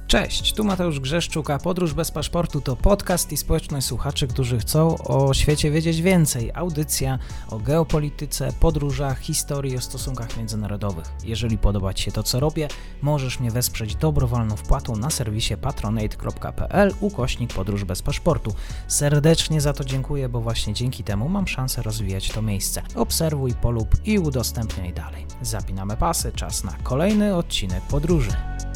Cześć, tu Mateusz Grzeszczuk, a Podróż bez paszportu to podcast i społeczność słuchaczy, którzy chcą o świecie wiedzieć więcej. Audycja o geopolityce, podróżach, historii, o stosunkach międzynarodowych. Jeżeli podoba Ci się to, co robię, możesz mnie wesprzeć dobrowolną wpłatą na serwisie patronate.pl/podróż bez paszportu. Serdecznie za to dziękuję, bo właśnie dzięki temu mam szansę rozwijać to miejsce. Obserwuj, polub i udostępniaj dalej. Zapinamy pasy, czas na kolejny odcinek podróży.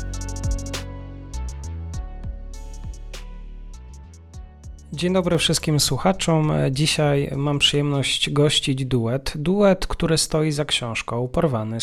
Dzień dobry wszystkim słuchaczom. Dzisiaj mam przyjemność gościć duet, który stoi za książką Porwany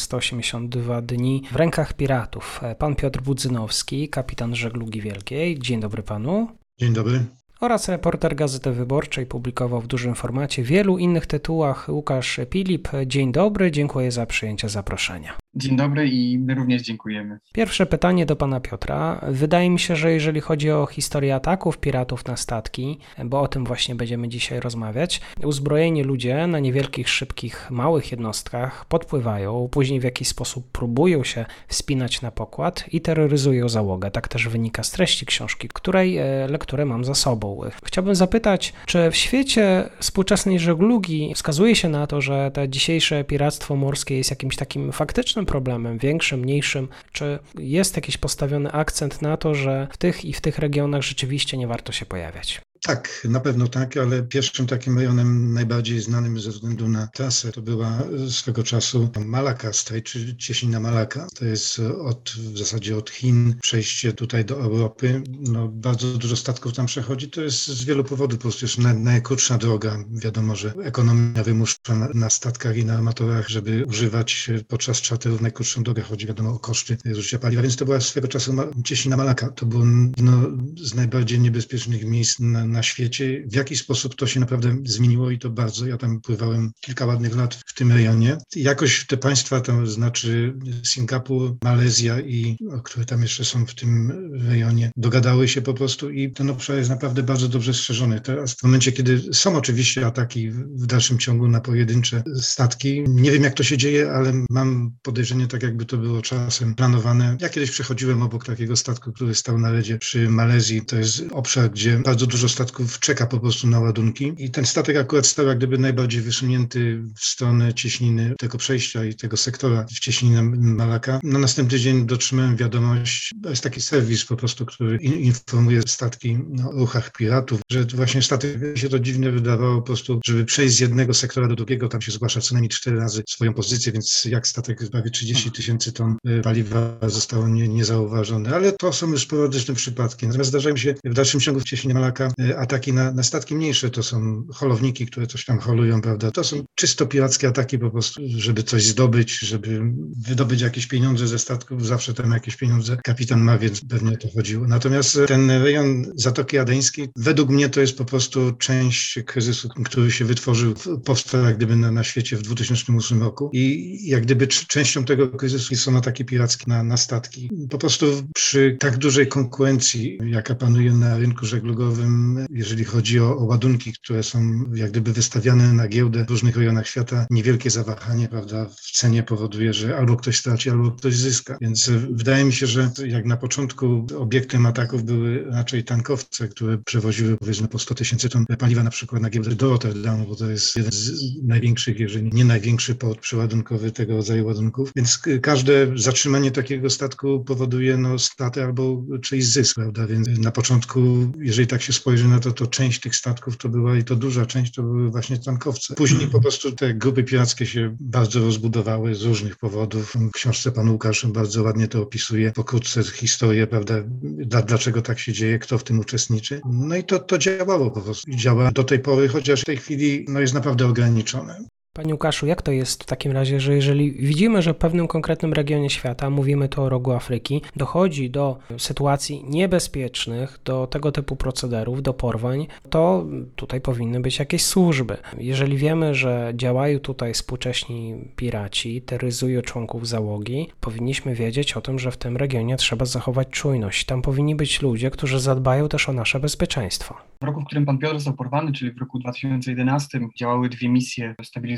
182 dni w rękach piratów. Pan Piotr Budzynowski, kapitan żeglugi wielkiej. Dzień dobry panu. Dzień dobry. Oraz reporter Gazety Wyborczej, publikował w dużym formacie w wielu innych tytułach Łukasz Pilip. Dzień dobry, dziękuję za przyjęcie zaproszenia. Dzień dobry i my również dziękujemy. Pierwsze pytanie do pana Piotra. Wydaje mi się, że jeżeli chodzi o historię ataków piratów na statki, bo o tym właśnie będziemy dzisiaj rozmawiać, uzbrojeni ludzie na niewielkich, szybkich, małych jednostkach podpływają, później w jakiś sposób próbują się wspinać na pokład i terroryzują załogę. Tak też wynika z treści książki, której lekturę mam za sobą. Chciałbym zapytać, czy w świecie współczesnej żeglugi wskazuje się na to, że to dzisiejsze piractwo morskie jest jakimś takim faktycznym problemem, większym, mniejszym? Czy jest jakiś postawiony akcent na to, że w tych regionach rzeczywiście nie warto się pojawiać? Tak, na pewno tak, ale pierwszym takim rejonem najbardziej znanym ze względu na trasę to była swego czasu Malakka Strait, czy Cieśnina Malakka. To jest w zasadzie od Chin przejście tutaj do Europy. Bardzo dużo statków tam przechodzi. To jest z wielu powodów, po prostu jest najkrótsza droga. Wiadomo, że ekonomia wymusza na statkach i na armatorach, żeby używać podczas czarterów najkrótszą drogę. Chodzi wiadomo o koszty zużycia paliwa, więc to była swego czasu Cieśnina Malakka. To było jedno z najbardziej niebezpiecznych miejsc na świecie. W jaki sposób to się naprawdę zmieniło i to bardzo. Ja tam pływałem kilka ładnych lat w tym rejonie. Jakoś te państwa, to znaczy Singapur, Malezja które tam jeszcze są w tym rejonie, dogadały się po prostu i ten obszar jest naprawdę bardzo dobrze strzeżony. Teraz w momencie, kiedy są oczywiście ataki w dalszym ciągu na pojedyncze statki, nie wiem jak to się dzieje, ale mam podejrzenie, tak jakby to było czasem planowane. Ja kiedyś przechodziłem obok takiego statku, który stał na ledzie przy Malezji. To jest obszar, gdzie bardzo dużo statków czeka po prostu na ładunki i ten statek akurat stał jak gdyby najbardziej wysunięty w stronę cieśniny tego przejścia i tego sektora w cieśninie Malakka. Na następny dzień dotrzymałem wiadomość, to jest taki serwis po prostu, który informuje statki o ruchach piratów, że właśnie statek się to dziwnie wydawało po prostu, żeby przejść z jednego sektora do drugiego, tam się zgłasza co najmniej 4 razy swoją pozycję, więc jak statek prawie 30 000 ton paliwa zostało niezauważone, ale to są już sporadyczne przypadki. Natomiast zdarzają się w dalszym ciągu w cieśninie Malakka ataki na statki mniejsze, to są holowniki, które coś tam holują, prawda? To są czysto pirackie ataki po prostu, żeby coś zdobyć, żeby wydobyć jakieś pieniądze ze statków, zawsze tam jakieś pieniądze kapitan ma, więc pewnie o to chodziło. Natomiast ten rejon Zatoki Adeńskiej, według mnie to jest po prostu część kryzysu, który się wytworzył, powstał jak gdyby na świecie w 2008 roku i jak gdyby częścią tego kryzysu są ataki pirackie na statki. Po prostu przy tak dużej konkurencji, jaka panuje na rynku żeglugowym, jeżeli chodzi o ładunki, które są jak gdyby wystawiane na giełdę w różnych rejonach świata, niewielkie zawahanie, prawda, w cenie powoduje, że albo ktoś straci, albo ktoś zyska. Więc wydaje mi się, że jak na początku obiektem ataków były raczej tankowce, które przewoziły powiedzmy po 100 000 ton paliwa na przykład na giełdę do Rotterdamu, bo to jest jeden z największych, jeżeli nie największy port przeładunkowy tego rodzaju ładunków. Więc każde zatrzymanie takiego statku powoduje stratę albo czyjś zysk, prawda? Więc na początku, jeżeli tak się spojrzy na to część tych statków to była i to duża część to były właśnie tankowce. Później po prostu te grupy pirackie się bardzo rozbudowały z różnych powodów. W książce pan Łukasz bardzo ładnie to opisuje, pokrótce historię, prawda, dlaczego tak się dzieje, kto w tym uczestniczy. I to działało po prostu. I działa do tej pory, chociaż w tej chwili jest naprawdę ograniczone. Panie Łukaszu, jak to jest w takim razie, że jeżeli widzimy, że w pewnym konkretnym regionie świata, mówimy tu o rogu Afryki, dochodzi do sytuacji niebezpiecznych, do tego typu procederów, do porwań, to tutaj powinny być jakieś służby. Jeżeli wiemy, że działają tutaj współcześni piraci, terroryzują członków załogi, powinniśmy wiedzieć o tym, że w tym regionie trzeba zachować czujność. Tam powinni być ludzie, którzy zadbają też o nasze bezpieczeństwo. W roku, w którym pan Piotr został porwany, czyli w roku 2011, działały 2 misje stabilizujące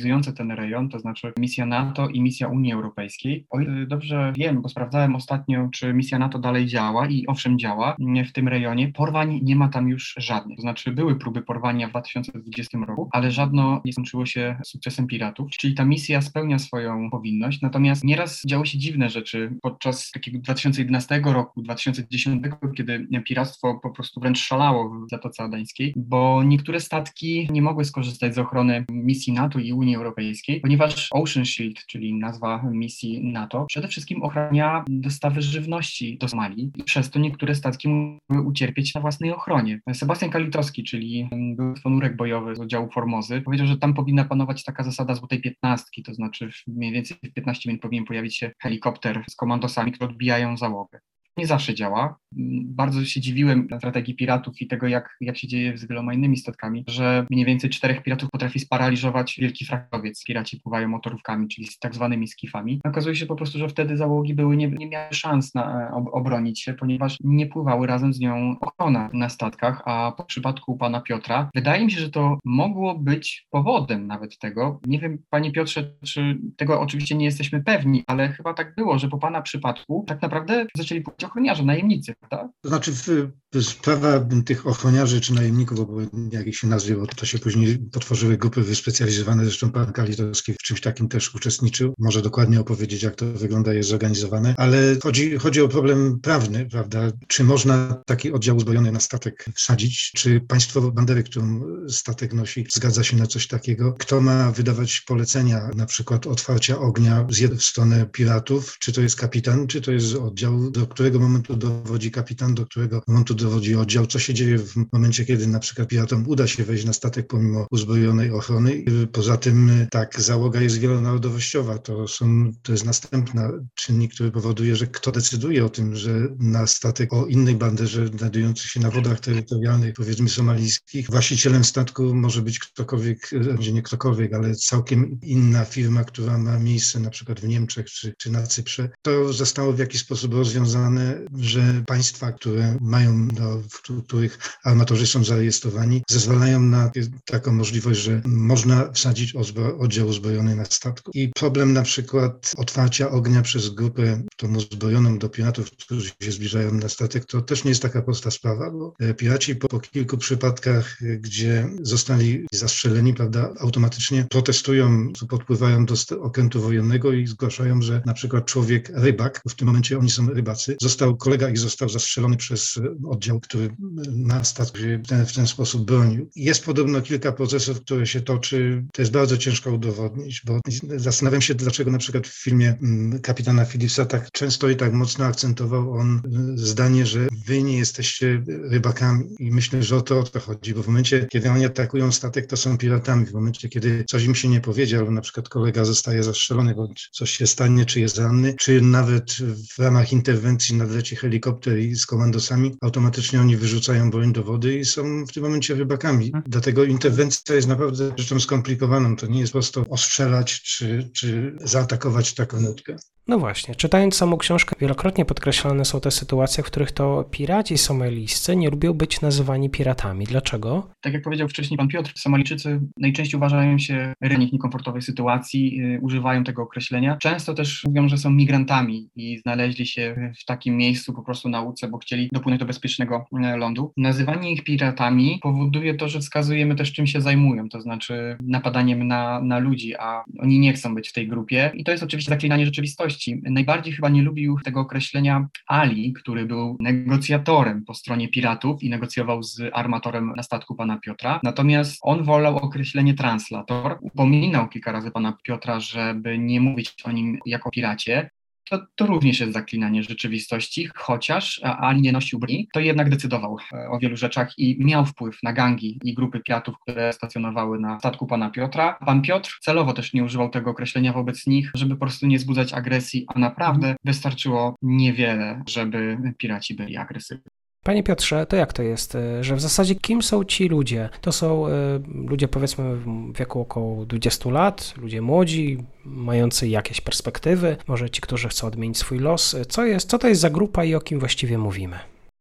rywalizujące ten rejon, to znaczy misja NATO i misja Unii Europejskiej. O ile dobrze wiem, bo sprawdzałem ostatnio, czy misja NATO dalej działa i owszem działa w tym rejonie, porwań nie ma tam już żadnych. To znaczy były próby porwania w 2020 roku, ale żadno nie skończyło się sukcesem piratów, czyli ta misja spełnia swoją powinność, natomiast nieraz działy się dziwne rzeczy podczas takiego 2011 roku, 2010, kiedy piractwo po prostu wręcz szalało w Zatoce Adeńskiej, bo niektóre statki nie mogły skorzystać z ochrony misji NATO i Unii Europejskiej, ponieważ Ocean Shield, czyli nazwa misji NATO, przede wszystkim ochrania dostawy żywności do Somalii i przez to niektóre statki mogły ucierpieć na własnej ochronie. Sebastian Kalitowski, czyli był ponurek bojowy z oddziału Formozy, powiedział, że tam powinna panować taka zasada złotej 15, to znaczy mniej więcej w 15 minut powinien pojawić się helikopter z komandosami, które odbijają załogę. Nie zawsze działa. Bardzo się dziwiłem strategii piratów i tego, jak się dzieje z wieloma innymi statkami, że mniej więcej 4 piratów potrafi sparaliżować wielki fraktowiec. Piraci pływają motorówkami, czyli z tak zwanymi skifami. Okazuje się po prostu, że wtedy załogi nie miały szans na obronić się, ponieważ nie pływały razem z nią ochrona na statkach, a po przypadku pana Piotra wydaje mi się, że to mogło być powodem nawet tego. Nie wiem, panie Piotrze, czy tego oczywiście nie jesteśmy pewni, ale chyba tak było, że po pana przypadku tak naprawdę zaczęli pływać ochroniarze, najemnicy, prawda? To znaczy sprawa tych ochroniarzy czy najemników, jak ich się nazwie, bo to się później potworzyły grupy wyspecjalizowane, zresztą pan Kalitowski w czymś takim też uczestniczył, może dokładnie opowiedzieć, jak to wygląda, jest zorganizowane, ale chodzi o problem prawny, prawda? Czy można taki oddział uzbrojony na statek wsadzić? Czy państwo bandery, którą statek nosi, zgadza się na coś takiego? Kto ma wydawać polecenia, na przykład otwarcia ognia w stronę piratów? Czy to jest kapitan, czy to jest oddział, do którego momentu dowodzi kapitan, do którego momentu dowodzi oddział? Co się dzieje w momencie, kiedy na przykład piratom uda się wejść na statek pomimo uzbrojonej ochrony? Poza tym tak, załoga jest wielonarodowościowa. To jest następny czynnik, który powoduje, że kto decyduje o tym, że na statek o innej banderze znajdujących się na wodach terytorialnych, powiedzmy somalijskich, właścicielem statku może być ktokolwiek, nie ktokolwiek, ale całkiem inna firma, która ma miejsce na przykład w Niemczech czy na Cyprze. To zostało w jakiś sposób rozwiązane, że państwa, które mają, w których armatorzy są zarejestrowani, zezwalają na taką możliwość, że można wsadzić oddział uzbrojony na statku. I problem na przykład otwarcia ognia przez grupę tą uzbrojoną do piratów, którzy się zbliżają na statek, to też nie jest taka prosta sprawa, bo piraci po kilku przypadkach, gdzie zostali zastrzeleni, prawda, automatycznie protestują, podpływają do okrętu wojennego i zgłaszają, że na przykład człowiek rybak, w tym momencie oni są rybacy, kolega ich został zastrzelony przez oddział, który na statku się w ten sposób bronił. Jest podobno kilka procesów, które się toczy. To jest bardzo ciężko udowodnić, bo zastanawiam się, dlaczego na przykład w filmie kapitana Phillipsa tak często i tak mocno akcentował on zdanie, że wy nie jesteście rybakami. I myślę, że o to chodzi, bo w momencie, kiedy oni atakują statek, to są piratami. W momencie, kiedy coś im się nie powiedzie, albo na przykład kolega zostaje zastrzelony, bądź coś się stanie, czy jest ranny, czy nawet w ramach interwencji nadleci helikopter i z komandosami, automatycznie oni wyrzucają broń do wody i są w tym momencie rybakami. Dlatego interwencja jest naprawdę rzeczą skomplikowaną. To nie jest po prostu ostrzelać czy zaatakować taką łódkę. No właśnie, czytając samą książkę, wielokrotnie podkreślane są te sytuacje, w których to piraci somalijscy nie lubią być nazywani piratami. Dlaczego? Tak jak powiedział wcześniej pan Piotr, Somalijczycy najczęściej uważają się w niekomfortowej sytuacji, używają tego określenia. Często też mówią, że są migrantami i znaleźli się w takim miejscu po prostu na łódce, bo chcieli dopłynąć do bezpiecznego lądu. Nazywanie ich piratami powoduje to, że wskazujemy też, czym się zajmują, to znaczy napadaniem na ludzi, a oni nie chcą być w tej grupie i to jest oczywiście zaklinanie rzeczywistości. Najbardziej chyba nie lubił tego określenia Ali, który był negocjatorem po stronie piratów i negocjował z armatorem na statku pana Piotra. Natomiast on wolał określenie translator. Upominał kilka razy pana Piotra, żeby nie mówić o nim jako piracie. To również jest zaklinanie rzeczywistości, chociaż Ali nie nosił broni, to jednak decydował o wielu rzeczach i miał wpływ na gangi i grupy piratów, które stacjonowały na statku pana Piotra. Pan Piotr celowo też nie używał tego określenia wobec nich, żeby po prostu nie wzbudzać agresji, a naprawdę wystarczyło niewiele, żeby piraci byli agresywni. Panie Piotrze, to jak to jest, że w zasadzie kim są ci ludzie? To są ludzie powiedzmy w wieku około 20 lat, ludzie młodzi, mający jakieś perspektywy, może ci, którzy chcą odmienić swój los. Co to jest za grupa i o kim właściwie mówimy?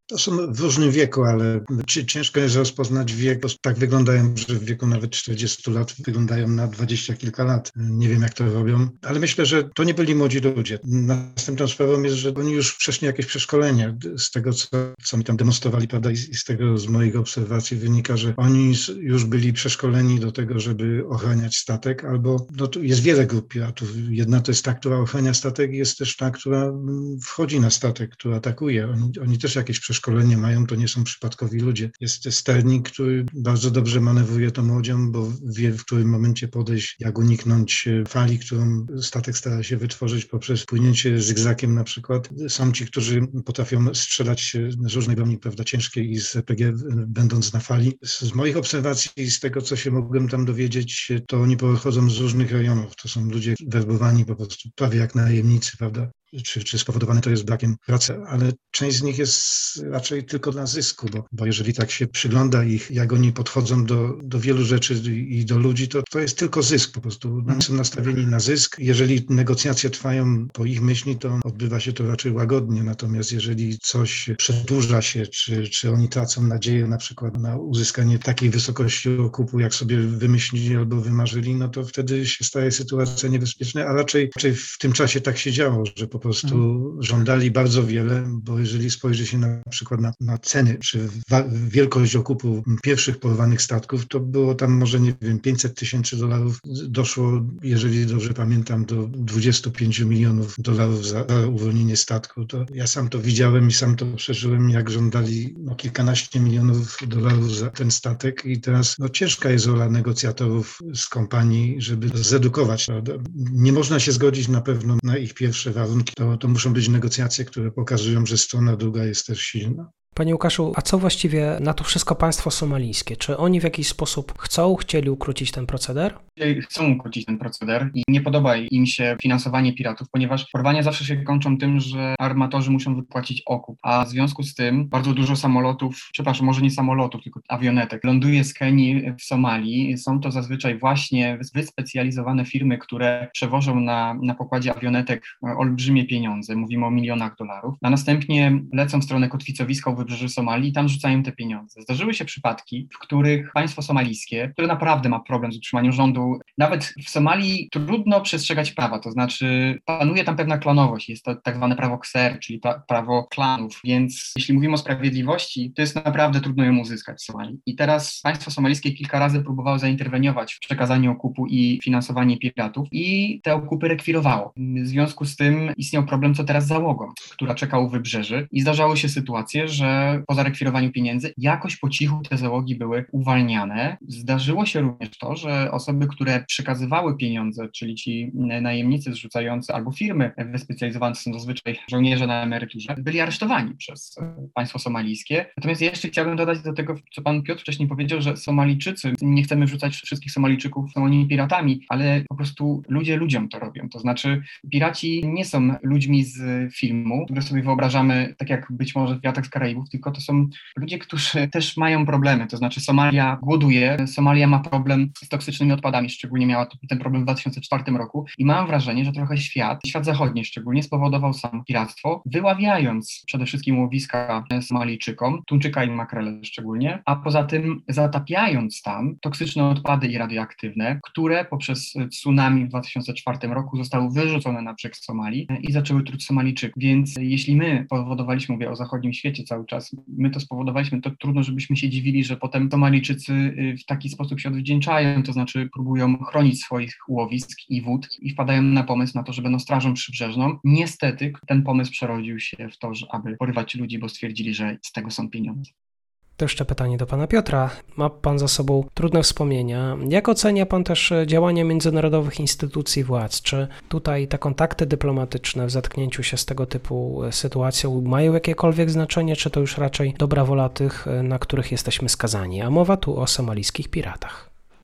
To są w różnym wieku, ale ciężko jest rozpoznać wiek, bo tak wyglądają, że w wieku nawet 40 lat wyglądają na 20 kilka lat. Nie wiem, jak to robią, ale myślę, że to nie byli młodzi ludzie. Następną sprawą jest, że oni już przeszli jakieś przeszkolenie. Z tego, co mi tam demonstrowali, prawda, i z tego, z moich obserwacji wynika, że oni już byli przeszkoleni do tego, żeby ochraniać statek, albo no, tu jest wiele grup piratów. Jedna to jest ta, która ochrania statek, jest też ta, która wchodzi na statek, która atakuje. Oni też jakieś przeszkolenie mają, to nie są przypadkowi ludzie. Jest sternik, który bardzo dobrze manewruje tą łodzią, bo wie, w którym momencie podejść, jak uniknąć fali, którą statek stara się wytworzyć poprzez płynięcie zygzakiem na przykład. Są ci, którzy potrafią strzelać z różnej broni, prawda, ciężkiej i z RPG, będąc na fali. Z moich obserwacji i z tego, co się mogłem tam dowiedzieć, to oni pochodzą z różnych rejonów. To są ludzie werbowani po prostu prawie jak najemnicy, prawda? Czy spowodowane to jest brakiem pracy, ale część z nich jest raczej tylko dla zysku, bo jeżeli tak się przygląda ich, jak oni podchodzą do wielu rzeczy i do ludzi, to jest tylko zysk po prostu. Oni są nastawieni na zysk. Jeżeli negocjacje trwają po ich myśli, to odbywa się to raczej łagodnie, natomiast jeżeli coś przedłuża się, czy oni tracą nadzieję na przykład na uzyskanie takiej wysokości okupu, jak sobie wymyślili albo wymarzyli, no to wtedy się staje sytuacja niebezpieczna, a raczej w tym czasie tak się działo, że po prostu żądali bardzo wiele, bo jeżeli spojrzy się na przykład na ceny, czy wielkość okupu pierwszych porwanych statków, to było tam może, nie wiem, $500,000. Doszło, jeżeli dobrze pamiętam, do $25 milionów za uwolnienie statku. To ja sam to widziałem i sam to przeżyłem, jak żądali kilkanaście milionów dolarów za ten statek i teraz ciężka jest rola negocjatorów z kompanii, żeby zedukować. Prawda? Nie można się zgodzić na pewno na ich pierwsze warunki. To muszą być negocjacje, które pokazują, że strona druga jest też silna. Panie Łukaszu, a co właściwie na to wszystko państwo somalijskie? Czy oni w jakiś sposób chcieli ukrócić ten proceder? Chcą ukrócić ten proceder i nie podoba im się finansowanie piratów, ponieważ porwania zawsze się kończą tym, że armatorzy muszą wypłacić okup, a w związku z tym bardzo dużo samolotów, przepraszam, może nie samolotów, tylko awionetek, ląduje z Kenii w Somalii. Są to zazwyczaj właśnie wyspecjalizowane firmy, które przewożą na pokładzie awionetek olbrzymie pieniądze, mówimy o milionach dolarów, a następnie lecą w stronę kotwicowiska u wybrzeży Somalii i tam rzucają te pieniądze. Zdarzyły się przypadki, w których państwo somalijskie, które naprawdę ma problem z utrzymaniem rządu, nawet w Somalii trudno przestrzegać prawa, to znaczy panuje tam pewna klanowość, jest to tak zwane prawo KSER, czyli prawo klanów, więc jeśli mówimy o sprawiedliwości, to jest naprawdę trudno ją uzyskać w Somalii. I teraz państwo somalijskie kilka razy próbowało zainterweniować w przekazaniu okupu i finansowanie piratów i te okupy rekwirowało. W związku z tym istniał problem, co teraz z załogą, która czeka u wybrzeży i zdarzały się sytuacje, że po zarekwirowaniu pieniędzy jakoś po cichu te załogi były uwalniane. Zdarzyło się również to, że osoby, które przekazywały pieniądze, czyli ci najemnicy zrzucający albo firmy wyspecjalizowane, są zazwyczaj żołnierze na emeryturze, byli aresztowani przez państwo somalijskie. Natomiast ja jeszcze chciałbym dodać do tego, co pan Piotr wcześniej powiedział, że Somalijczycy, nie chcemy wrzucać wszystkich Somalijczyków, są oni piratami, ale po prostu ludzie ludziom to robią. To znaczy piraci nie są ludźmi z filmu, które sobie wyobrażamy, tak jak być może w Piratach z Karaibów, tylko to są ludzie, którzy też mają problemy. To znaczy Somalia głoduje, Somalia ma problem z toksycznymi odpadami, szczególnie miała ten problem w 2004 roku i mam wrażenie, że trochę świat zachodni szczególnie spowodował sam piractwo, wyławiając przede wszystkim łowiska Somalijczykom, tuńczyka i makrele szczególnie, a poza tym zatapiając tam toksyczne odpady i radioaktywne, które poprzez tsunami w 2004 roku zostały wyrzucone na brzeg Somalii i zaczęły truć Somalijczyków. Więc jeśli my spowodowaliśmy, mówię o zachodnim świecie cały czas, my to spowodowaliśmy, to trudno, żebyśmy się dziwili, że potem Somalijczycy w taki sposób się odwdzięczają, to znaczy próbują chronić swoich łowisk i wód i wpadają na pomysł na to, że będą strażą przybrzeżną. Niestety ten pomysł przerodził się w to, aby porywać ludzi, bo stwierdzili, że z tego są pieniądze. To jeszcze pytanie do pana Piotra. Ma pan za sobą trudne wspomnienia. Jak ocenia pan też działania międzynarodowych instytucji władz? Czy tutaj te kontakty dyplomatyczne w zetknięciu się z tego typu sytuacją mają jakiekolwiek znaczenie, czy to już raczej dobra wola tych, na których jesteśmy skazani? A mowa tu o somalijskich piratach.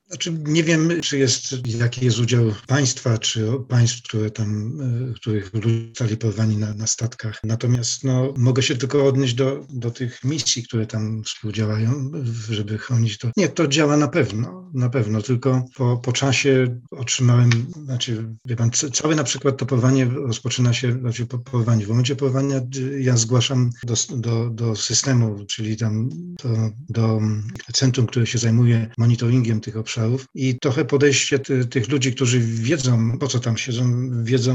Znaczy, nie wiem, jaki jest udział państwa, czy państw, których ludzie zostali porwani na statkach. Natomiast mogę się tylko odnieść do tych misji, które tam współdziałają, żeby chronić to. Nie, to działa na pewno, tylko po czasie otrzymałem, wie pan, całe na przykład to porwanie rozpoczyna się, porwanie. W momencie porwania ja zgłaszam do systemu, czyli tam do centrum, które się zajmuje monitoringiem tych obszarów, i trochę podejście tych ludzi, którzy wiedzą, po co tam siedzą, wiedzą,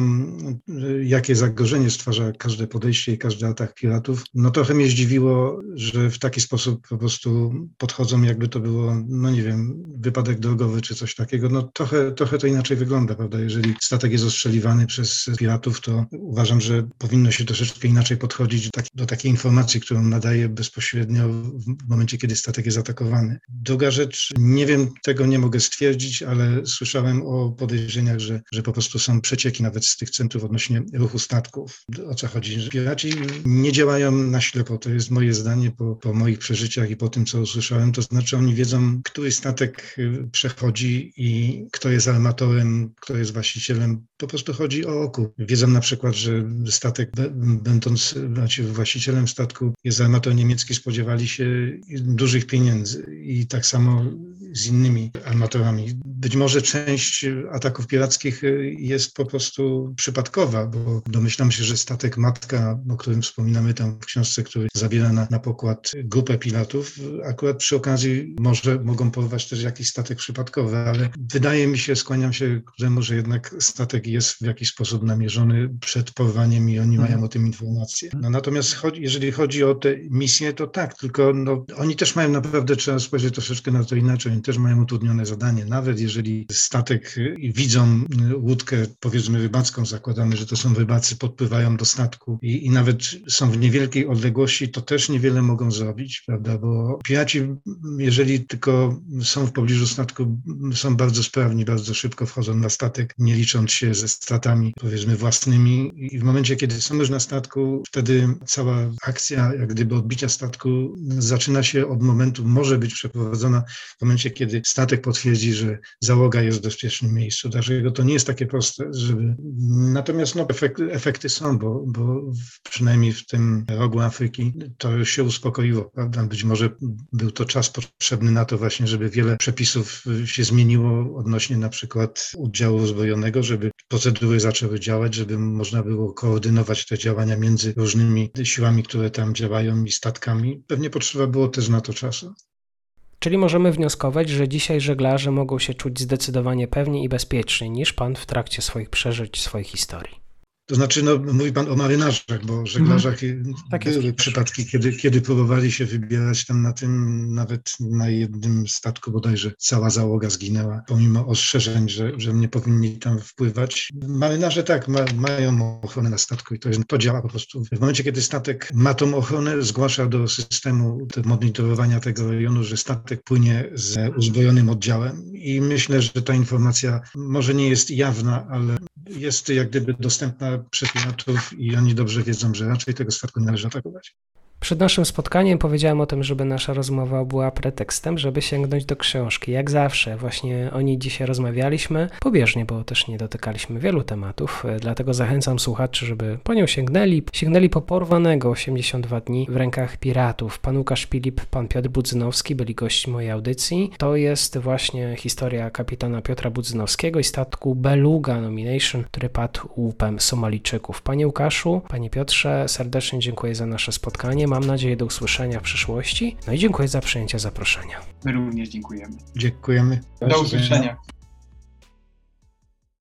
jakie zagrożenie stwarza każde podejście i każdy atak piratów. Trochę mnie zdziwiło, że w taki sposób po prostu podchodzą, jakby to było, nie wiem, wypadek drogowy czy coś takiego. Trochę to inaczej wygląda, prawda? Jeżeli statek jest ostrzeliwany przez piratów, to uważam, że powinno się troszeczkę inaczej podchodzić do takiej informacji, którą nadaje bezpośrednio w momencie, kiedy statek jest atakowany. Druga rzecz, nie wiem, tego nie mogę stwierdzić, ale słyszałem o podejrzeniach, że po prostu są przecieki nawet z tych centrów odnośnie ruchu statków. O co chodzi? Że piraci nie działają na ślepo, to jest moje zdanie po moich przeżyciach i po tym, co usłyszałem. To znaczy oni wiedzą, który statek przechodzi i kto jest armatorem, kto jest właścicielem. Po prostu chodzi o okup. Wiedzą na przykład, że statek, będąc właścicielem statku, jest armator niemiecki, spodziewali się dużych pieniędzy i tak samo z innymi armatorami. Być może część ataków pirackich jest po prostu przypadkowa, bo domyślam się, że statek matka, o którym wspominamy tam w książce, który zawiera na pokład grupę piratów, akurat przy okazji mogą porwać też jakiś statek przypadkowy, ale wydaje mi się, skłaniam się ku temu, że jednak statek jest w jakiś sposób namierzony przed porwaniem i oni mają o tym informacje. Natomiast jeżeli chodzi o te misje, to tak, tylko oni też mają naprawdę, trzeba spojrzeć troszeczkę na to inaczej, oni też mają utrudnione zadanie. Nawet jeżeli statek widzą łódkę, powiedzmy rybacką, zakładamy, że to są rybacy, podpływają do statku i nawet są w niewielkiej odległości, to też niewiele mogą zrobić, prawda, bo piraci, jeżeli tylko są w pobliżu statku, są bardzo sprawni, bardzo szybko wchodzą na statek, nie licząc się ze stratami, powiedzmy, własnymi i w momencie, kiedy są już na statku, wtedy cała akcja, jak gdyby odbicia statku zaczyna się od momentu, może być przeprowadzona w momencie, kiedy statek potwierdzi, że załoga jest w bezpiecznym miejscu. Dlatego to nie jest takie proste, Natomiast efekty są, bo przynajmniej w tym rogu Afryki to już się uspokoiło, prawda? Być może był to czas potrzebny na to właśnie, żeby wiele przepisów się zmieniło odnośnie na przykład udziału uzbrojonego, żeby procedury zaczęły działać, żeby można było koordynować te działania między różnymi siłami, które tam działają i statkami. Pewnie potrzeba było też na to czasu. Czyli możemy wnioskować, że dzisiaj żeglarze mogą się czuć zdecydowanie pewniej i bezpieczniej niż pan w trakcie swoich przeżyć, swojej historii. To znaczy, mówi pan o marynarzach, bo żeglarzach były przypadki, kiedy próbowali się wybierać tam nawet na jednym statku bodajże cała załoga zginęła, pomimo ostrzeżeń, że nie powinni tam wpływać. Marynarze tak, mają ochronę na statku i to działa po prostu. W momencie, kiedy statek ma tą ochronę, zgłasza do systemu monitorowania tego rejonu, że statek płynie z uzbrojonym oddziałem i myślę, że ta informacja może nie jest jawna, ale jest jak gdyby dostępna przez piratów i oni dobrze wiedzą, że raczej tego statku nie należy atakować. Przed naszym spotkaniem powiedziałem o tym, żeby nasza rozmowa była pretekstem, żeby sięgnąć do książki. Jak zawsze, właśnie o niej dzisiaj rozmawialiśmy, pobieżnie, bo też nie dotykaliśmy wielu tematów, dlatego zachęcam słuchaczy, żeby po nią sięgnęli po Porwanego 82 dni w rękach piratów. Pan Łukasz Pilip, pan Piotr Budzynowski byli gośćmi mojej audycji. To jest właśnie historia kapitana Piotra Budzynowskiego i statku Beluga Nomination, który padł łupem Somalijczyków. Panie Łukaszu, panie Piotrze, serdecznie dziękuję za nasze spotkanie. Mam nadzieję do usłyszenia w przyszłości. No i dziękuję za przyjęcie zaproszenia. My również dziękujemy. Dziękujemy. Do usłyszenia.